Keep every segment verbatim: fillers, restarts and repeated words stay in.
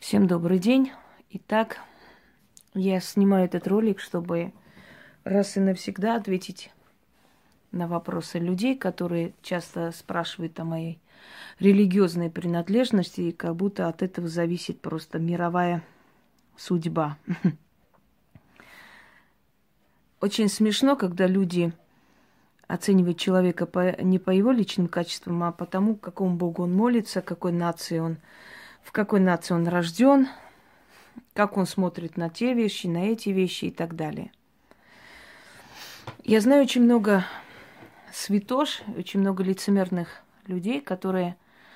Всем добрый день. Итак, я снимаю этот ролик, чтобы раз и навсегда ответить на вопросы людей, которые часто спрашивают о моей религиозной принадлежности, и как будто от этого зависит просто мировая судьба. Очень смешно, когда люди оценивают человека по, не по его личным качествам, а по тому, к какому богу он молится, какой нации он, в какой нации он рожден, как он смотрит на те вещи, на эти вещи и так далее. Я знаю очень много святош, очень много лицемерных людей, которые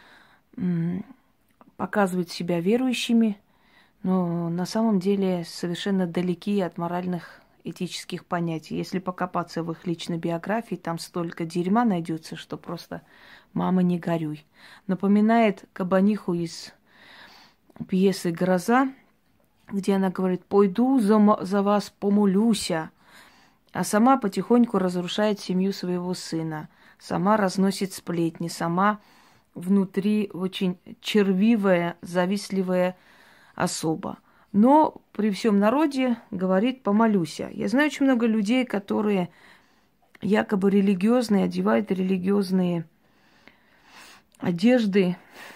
м, показывают себя верующими, но на самом деле совершенно далеки от моральных этических понятий. Если покопаться в их личной биографии, там столько дерьма найдется, что просто «мама, не горюй». Напоминает кабаниху из пьесы «Гроза», где она говорит: «Пойду за, за вас помолюся», а сама потихоньку разрушает семью своего сына, сама разносит сплетни, сама внутри очень червивая, завистливая особа. Но при всем народе говорит: «Помолюся». Я знаю очень много людей, которые якобы религиозные, одевают религиозные одежды,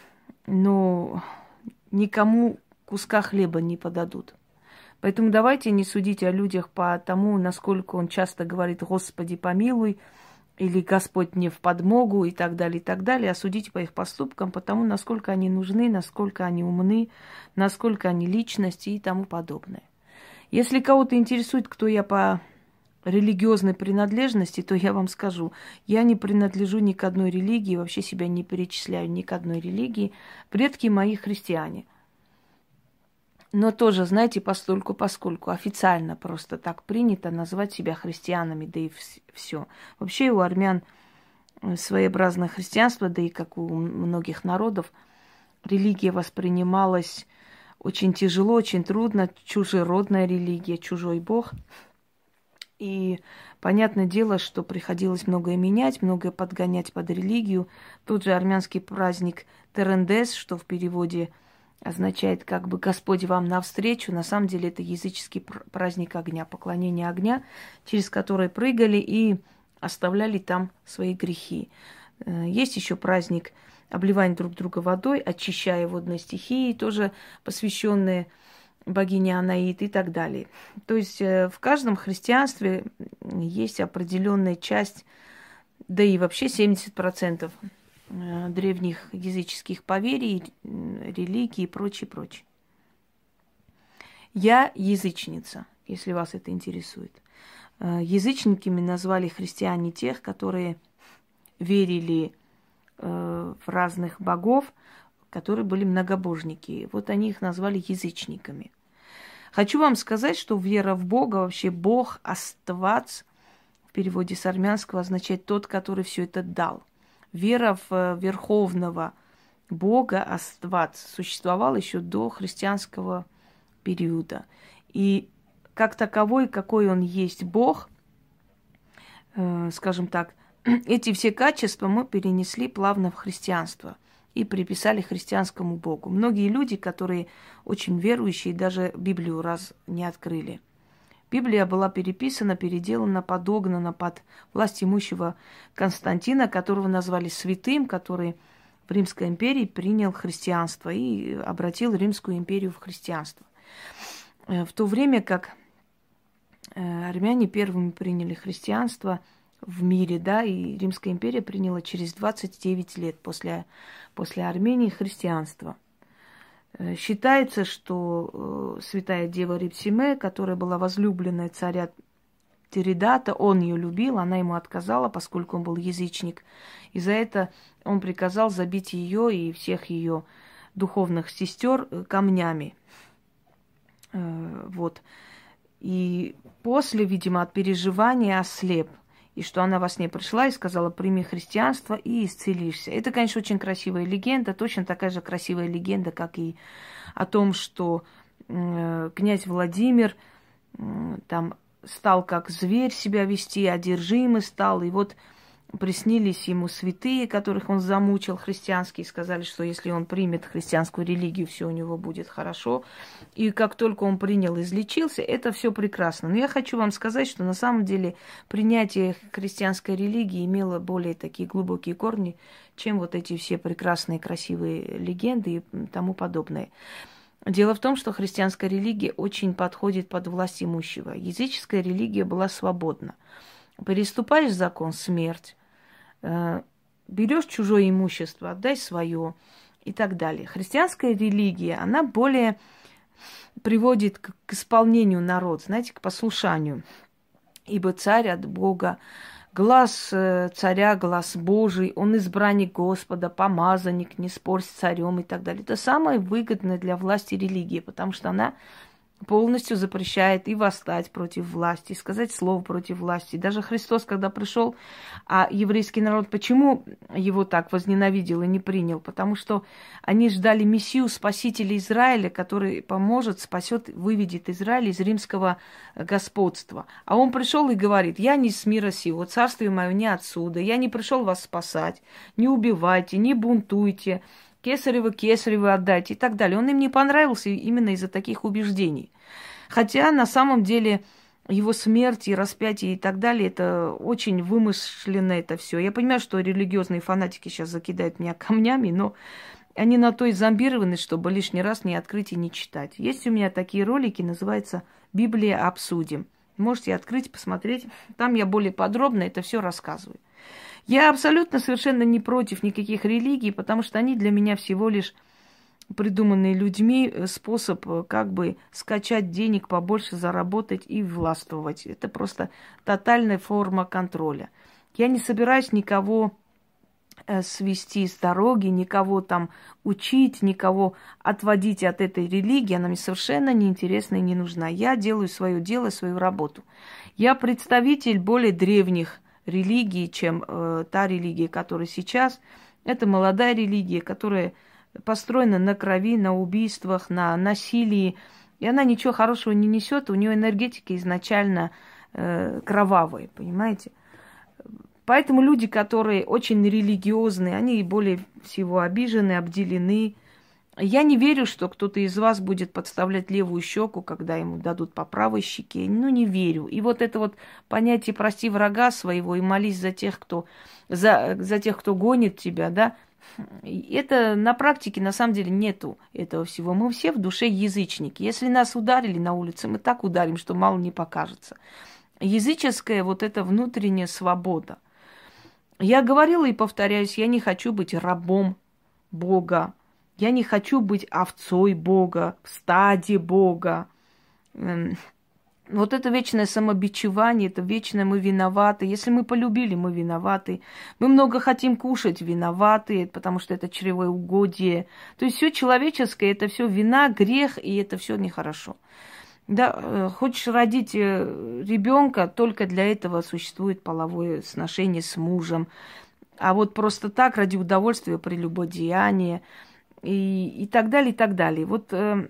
но никому куска хлеба не подадут. Поэтому давайте не судите о людях по тому, насколько он часто говорит «Господи, помилуй», или «Господь мне в подмогу» и так далее, и так далее, а судите по их поступкам, по тому, насколько они нужны, насколько они умны, насколько они личности и тому подобное. Если кого-то интересует, кто я по религиозной принадлежности, то я вам скажу: я не принадлежу ни к одной религии, вообще себя не перечисляю ни к одной религии. Предки мои христиане. Но тоже, знаете, постольку, поскольку официально просто так принято называть себя христианами, да и все. Вообще у армян своеобразное христианство, да и как у многих народов, религия воспринималась очень тяжело, очень трудно, чужеродная религия, чужой бог. И понятное дело, что приходилось многое менять, многое подгонять под религию. Тот же армянский праздник Терендес, что в переводе означает как бы «Господь вам навстречу». На самом деле это языческий праздник огня, поклонение огня, через который прыгали и оставляли там свои грехи. Есть еще праздник обливания друг друга водой, очищая водные стихии, тоже посвященные богине Анаит и так далее. То есть в каждом христианстве есть определенная часть, да и вообще семьдесят процентов древних языческих поверий, религий и прочее, прочее. Я язычница, если вас это интересует. Язычниками назвали христиане тех, которые верили в разных богов, которые были многобожники. Вот они их назвали язычниками. Хочу вам сказать, что вера в Бога, вообще Бог, Аствац, в переводе с армянского означает тот, который все это дал. Вера в верховного Бога, Аствац, существовала еще до христианского периода. И как таковой, какой он есть Бог, э, скажем так, эти все качества мы перенесли плавно в христианство и приписали христианскому Богу. Многие люди, которые очень верующие, даже Библию раз не открыли. Библия была переписана, переделана, подогнана под власть имущего Константина, которого назвали святым, который в Римской империи принял христианство и обратил Римскую империю в христианство. В то время как армяне первыми приняли христианство в мире, да, и Римская империя приняла через двадцать девять лет после, после Армении христианство. Считается, что святая дева Репсиме, которая была возлюбленная царя Тиридата, он ее любил, она ему отказала, поскольку он был язычник. И за это он приказал забить ее и всех ее духовных сестер камнями. Вот. И после, видимо, от переживания ослеп. И что она во сне пришла и сказала: «Прими христианство и исцелишься». Это, конечно, очень красивая легенда, точно такая же красивая легенда, как и о том, что э, князь Владимир э, там стал как зверь себя вести, одержимый стал. И вот приснились ему святые, которых он замучил, христианские, сказали, что если он примет христианскую религию, все у него будет хорошо. И как только он принял, излечился, это все прекрасно. Но я хочу вам сказать, что на самом деле принятие христианской религии имело более такие глубокие корни, чем вот эти все прекрасные, красивые легенды и тому подобное. Дело в том, что христианская религия очень подходит под власть имущего. Языческая религия была свободна. Переступаешь закон — смерть. Берешь чужое имущество, отдай свое и так далее. Христианская религия, она более приводит к, к исполнению народ, знаете, к послушанию. Ибо царь от Бога, глаз царя, глаз Божий, он избранник Господа, помазанник, не спорь с царем и так далее. Это самое выгодное для власти религия, потому что она полностью запрещает и восстать против власти, и сказать слово против власти. Даже Христос, когда пришел, а еврейский народ, почему его так возненавидел и не принял? Потому что они ждали Мессию, Спасителя Израиля, который поможет, спасет, выведет Израиль из римского господства. А он пришел и говорит: я не с мира сего, царствие мое не отсюда, я не пришел вас спасать, не убивайте, не бунтуйте, кесарево кесарево отдайте и так далее. Он им не понравился именно из-за таких убеждений. Хотя на самом деле его смерть и распятие и так далее, это очень вымышленно это все. Я понимаю, что религиозные фанатики сейчас закидают меня камнями, но они на то и зомбированы, чтобы лишний раз не открыть и не читать. Есть у меня такие ролики, называется «Библия обсудим». Можете открыть, посмотреть. Там я более подробно это все рассказываю. Я абсолютно совершенно не против никаких религий, потому что они для меня всего лишь придуманные людьми способ как бы скачать денег, побольше заработать и властвовать. Это просто тотальная форма контроля. Я не собираюсь никого свести с дороги, никого там учить, никого отводить от этой религии. Она мне совершенно неинтересна и не нужна. Я делаю свое дело, свою работу. Я представитель более древних религии, чем э, та религия, которая сейчас. Это молодая религия, которая построена на крови, на убийствах, на насилии. И она ничего хорошего не несет. У нее энергетика изначально э, кровавая, понимаете? Поэтому люди, которые очень религиозные, они более всего обижены, обделены. Я не верю, что кто-то из вас будет подставлять левую щеку, когда ему дадут по правой щеке. Ну, не верю. И вот это вот понятие «прости врага своего» и молись за тех, кто, за, за тех, кто гонит тебя, да, это на практике на самом деле нету этого всего. Мы все в душе язычники. Если нас ударили на улице, мы так ударим, что мало не покажется. Языческая вот эта внутренняя свобода. Я говорила и повторяюсь, я не хочу быть рабом Бога. Я не хочу быть овцой Бога, в стаде Бога. Вот это вечное самобичевание, это вечное мы виноваты. Если мы полюбили, мы виноваты. Мы много хотим кушать, виноваты, потому что это чревоугодие. То есть все человеческое, это все вина, грех, и это все нехорошо. Да, хочешь родить ребенка, только для этого существует половое сношение с мужем. А вот просто так, ради удовольствия, прелюбодеяния и, и так далее, и так далее. Вот э,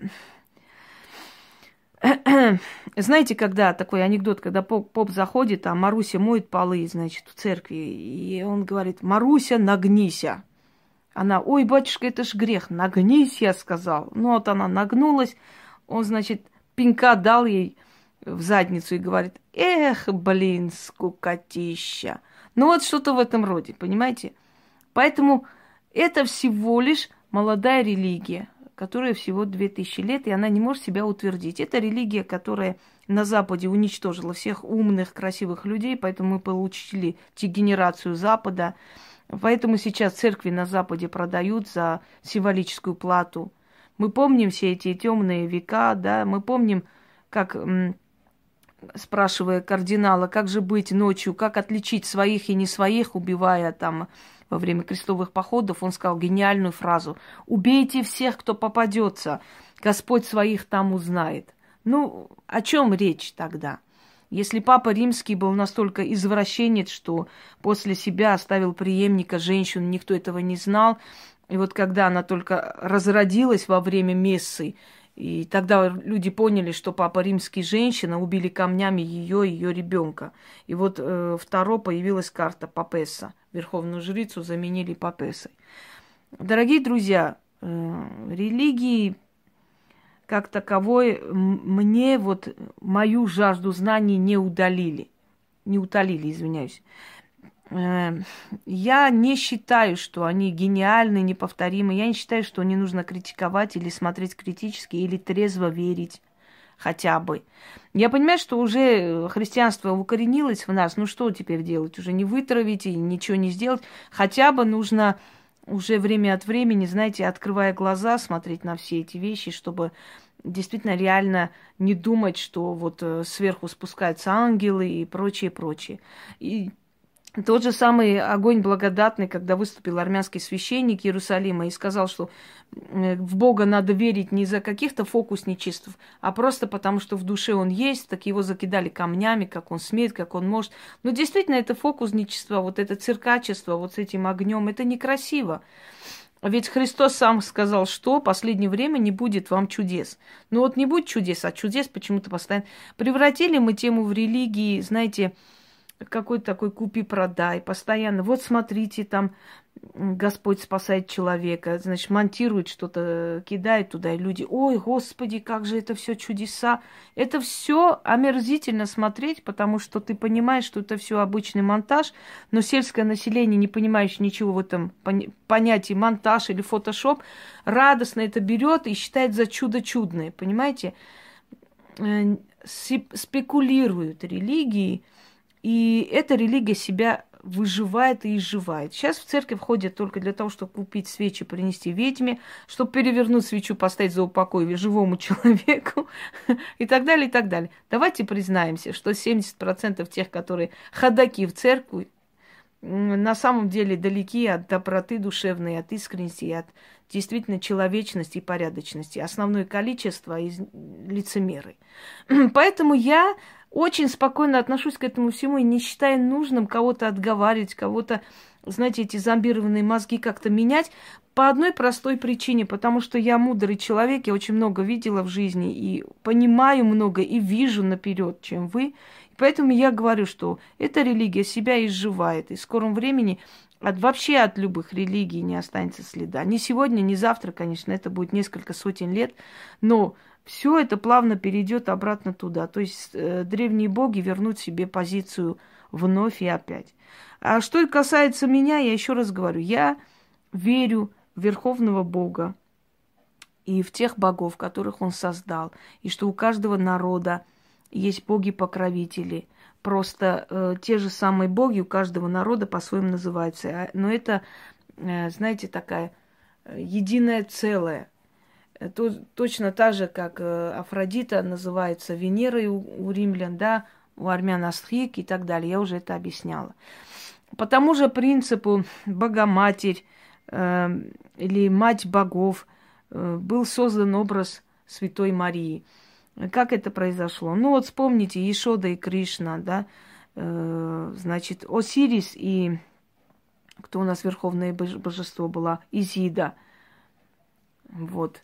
знаете, когда такой анекдот, когда поп, поп заходит, а Маруся моет полы, значит, в церкви, и он говорит: Маруся, нагнися. Она: ой, батюшка, это ж грех, нагнись, я сказал. Ну вот она нагнулась, он, значит, пинка дал ей в задницу и говорит: эх, блин, скукотища. Ну вот что-то в этом роде, понимаете? Поэтому это всего лишь молодая религия, которая всего две тысячи лет, и она не может себя утвердить. Это религия, которая на Западе уничтожила всех умных, красивых людей, поэтому мы получили дегенерацию Запада. Поэтому сейчас церкви на Западе продают за символическую плату. Мы помним все эти темные века, да, мы помним, как, м, спрашивая кардинала, как же быть ночью, как отличить своих и не своих, убивая там во время крестовых походов, он сказал гениальную фразу: «Убейте всех, кто попадется, Господь своих там узнает». Ну, о чем речь тогда? Если Папа Римский был настолько извращенец, что после себя оставил преемника женщину, никто этого не знал, и вот когда она только разродилась во время мессы, И тогда люди поняли, что Папа Римский женщина, убили камнями ее и ее ребенка. И вот э, второ появилась карта Папесса. Верховную жрицу заменили Папессой. Дорогие друзья, э, религии как таковой мне вот мою жажду знаний не удалили. Не утолили, извиняюсь. Я не считаю, что они гениальны, неповторимы. Я не считаю, что не нужно критиковать или смотреть критически, или трезво верить хотя бы. Я понимаю, что уже христианство укоренилось в нас. Ну что теперь делать? Уже не вытравить и ничего не сделать. Хотя бы нужно уже время от времени, знаете, открывая глаза, смотреть на все эти вещи, чтобы действительно реально не думать, что вот сверху спускаются ангелы и прочее, прочее. И тот же самый огонь благодатный, когда выступил армянский священник Иерусалима и сказал, что в Бога надо верить не из-за каких-то фокусничеств, а просто потому, что в душе он есть, так его закидали камнями, как он смеет, как он может. Но действительно, это фокусничество, вот это циркачество, вот с этим огнем, это некрасиво. Ведь Христос сам сказал, что в последнее время не будет вам чудес. Ну вот не будет чудес, а чудес почему-то постоянно. Превратили мы тему в религии, знаете, какой-то такой купи-продай, постоянно. Вот смотрите, там Господь спасает человека, значит, монтирует что-то, кидает туда, и люди, ой, Господи, как же это все чудеса. Это все омерзительно смотреть, потому что ты понимаешь, что это все обычный монтаж, но сельское население, не понимающее ничего в этом понятии монтаж или фотошоп, радостно это берет и считает за чудо чудное, понимаете? Спекулируют религии, и эта религия себя выживает и изживает. Сейчас в церковь ходят только для того, чтобы купить свечи, принести ведьме, чтобы перевернуть свечу, поставить за упокой живому человеку и так далее, и так далее. Давайте признаемся, что семьдесят процентов тех, которые ходаки в церковь, на самом деле далеки от доброты душевной, от искренности, от действительно человечности и порядочности. Основное количество из лицемеры. Поэтому я очень спокойно отношусь к этому всему и не считаю нужным кого-то отговаривать, кого-то, знаете, эти зомбированные мозги как-то менять по одной простой причине, потому что я мудрый человек, я очень много видела в жизни и понимаю много и вижу наперед, чем вы. И поэтому я говорю, что эта религия себя изживает, и в скором времени от, вообще от любых религий не останется следа. Не сегодня, не завтра, конечно, это будет несколько сотен лет, но все это плавно перейдет обратно туда. То есть э, древние боги вернут себе позицию вновь и опять. А что касается меня, я еще раз говорю, я верю в Верховного Бога и в тех богов, которых Он создал, и что у каждого народа есть боги-покровители. Просто э, те же самые боги у каждого народа по-своему называются. Но это, э, знаете, такая э, единое целое. Точно так же, как Афродита называется Венерой у, у римлян, да, у армян Астрик и так далее. Я уже это объясняла. По тому же принципу Богоматерь э, или Мать богов э, был создан образ Святой Марии. Как это произошло? Ну вот вспомните Ешода и Кришна, да, э, значит, Осирис и кто у нас верховное божество была? Изида. Вот.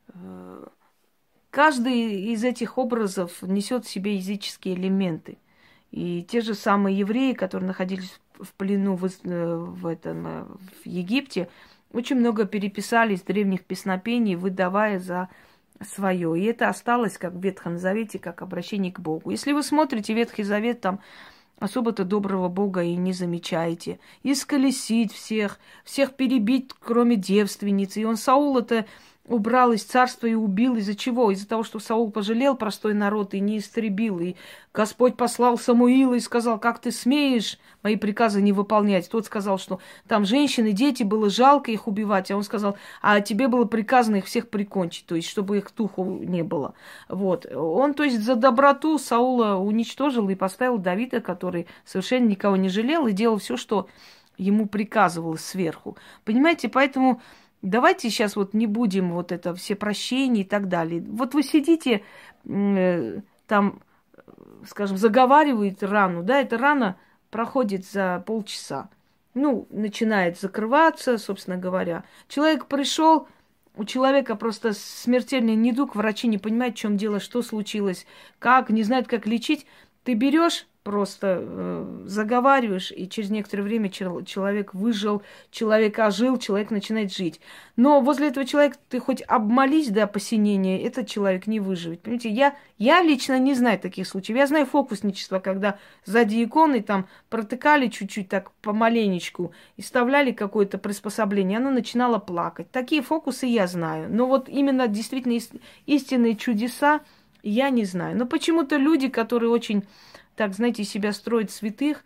Каждый из этих образов несет в себе языческие элементы. И те же самые евреи, которые находились в плену в, в, этом, в Египте, очень много переписали из древних песнопений, выдавая за свое. И это осталось как в Ветхом Завете, как обращение к Богу. Если вы смотрите Ветхий Завет, там особо-то доброго Бога и не замечаете. Исколесить всех, всех перебить, кроме девственницы. И он Саула-то убрал из царства и убил. Из-за чего? Из-за того, что Саул пожалел простой народ и не истребил. И Господь послал Самуила и сказал, как ты смеешь мои приказы не выполнять. Тот сказал, что там женщины, дети, было жалко их убивать. А он сказал, а тебе было приказано их всех прикончить, то есть чтобы их духу не было. Вот. Он, то есть за доброту Саула уничтожил и поставил Давида, который совершенно никого не жалел и делал все, что ему приказывалось сверху. Понимаете, поэтому... Давайте сейчас вот не будем вот это все прощения и так далее. Вот вы сидите, э, там, скажем, заговаривает рану, да, эта рана проходит за полчаса. Ну, начинает закрываться, собственно говоря. Человек пришел, у человека просто смертельный недуг, врачи не понимают, в чем дело, что случилось, как, не знают, как лечить. Ты берешь, просто э, заговариваешь, и через некоторое время чел- человек выжил, человек ожил, человек начинает жить. Но возле этого человека ты хоть обмолись до посинения, этот человек не выживет. Понимаете, я, я лично не знаю таких случаев. Я знаю фокусничество, когда сзади иконы там протыкали чуть-чуть так помаленечку и вставляли какое-то приспособление, она начинала плакать. Такие фокусы я знаю. Но вот именно действительно ист- истинные чудеса я не знаю. Но почему-то люди, которые очень, так, знаете, себя строят святых,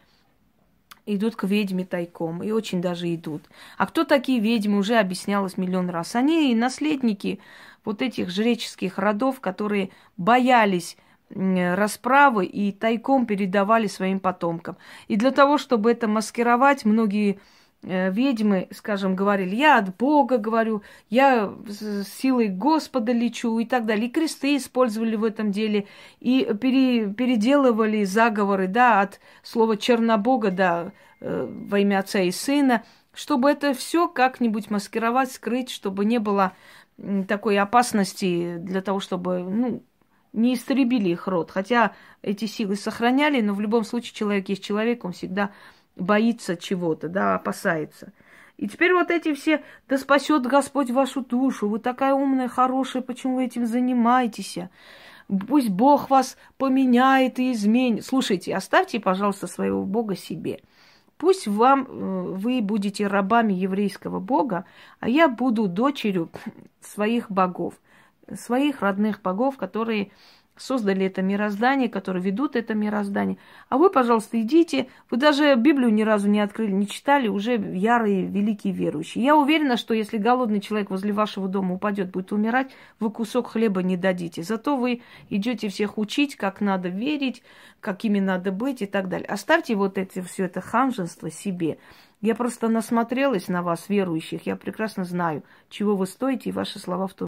идут к ведьме тайком. И очень даже идут. А кто такие ведьмы, уже объяснялось миллион раз. Они наследники вот этих жреческих родов, которые боялись расправы и тайком передавали своим потомкам. И для того, чтобы это маскировать, многие ведьмы, скажем, говорили, я от Бога говорю, я силой Господа лечу и так далее. И кресты использовали в этом деле, и пере, переделывали заговоры, да, от слова Чернобога, да, во имя Отца и Сына, чтобы это все как-нибудь маскировать, скрыть, чтобы не было такой опасности для того, чтобы, ну, не истребили их род. Хотя эти силы сохраняли, но в любом случае человек есть человек, он всегда боится чего-то, да, опасается. И теперь вот эти все, да спасет Господь вашу душу, вы такая умная, хорошая, почему вы этим занимаетесь? Пусть Бог вас поменяет и изменит. Слушайте, оставьте, пожалуйста, своего Бога себе. Пусть вам, вы будете рабами еврейского Бога, а я буду дочерью своих богов, своих родных богов, которые создали это мироздание, которые ведут это мироздание. А вы, пожалуйста, идите. Вы даже Библию ни разу не открыли, не читали, уже ярые, великие верующие. Я уверена, что если голодный человек возле вашего дома упадет, будет умирать, вы кусок хлеба не дадите. Зато вы идете всех учить, как надо верить, какими надо быть и так далее. Оставьте вот это все это ханжество себе. Я просто насмотрелась на вас, верующих. Я прекрасно знаю, чего вы стоите, и ваши слова в том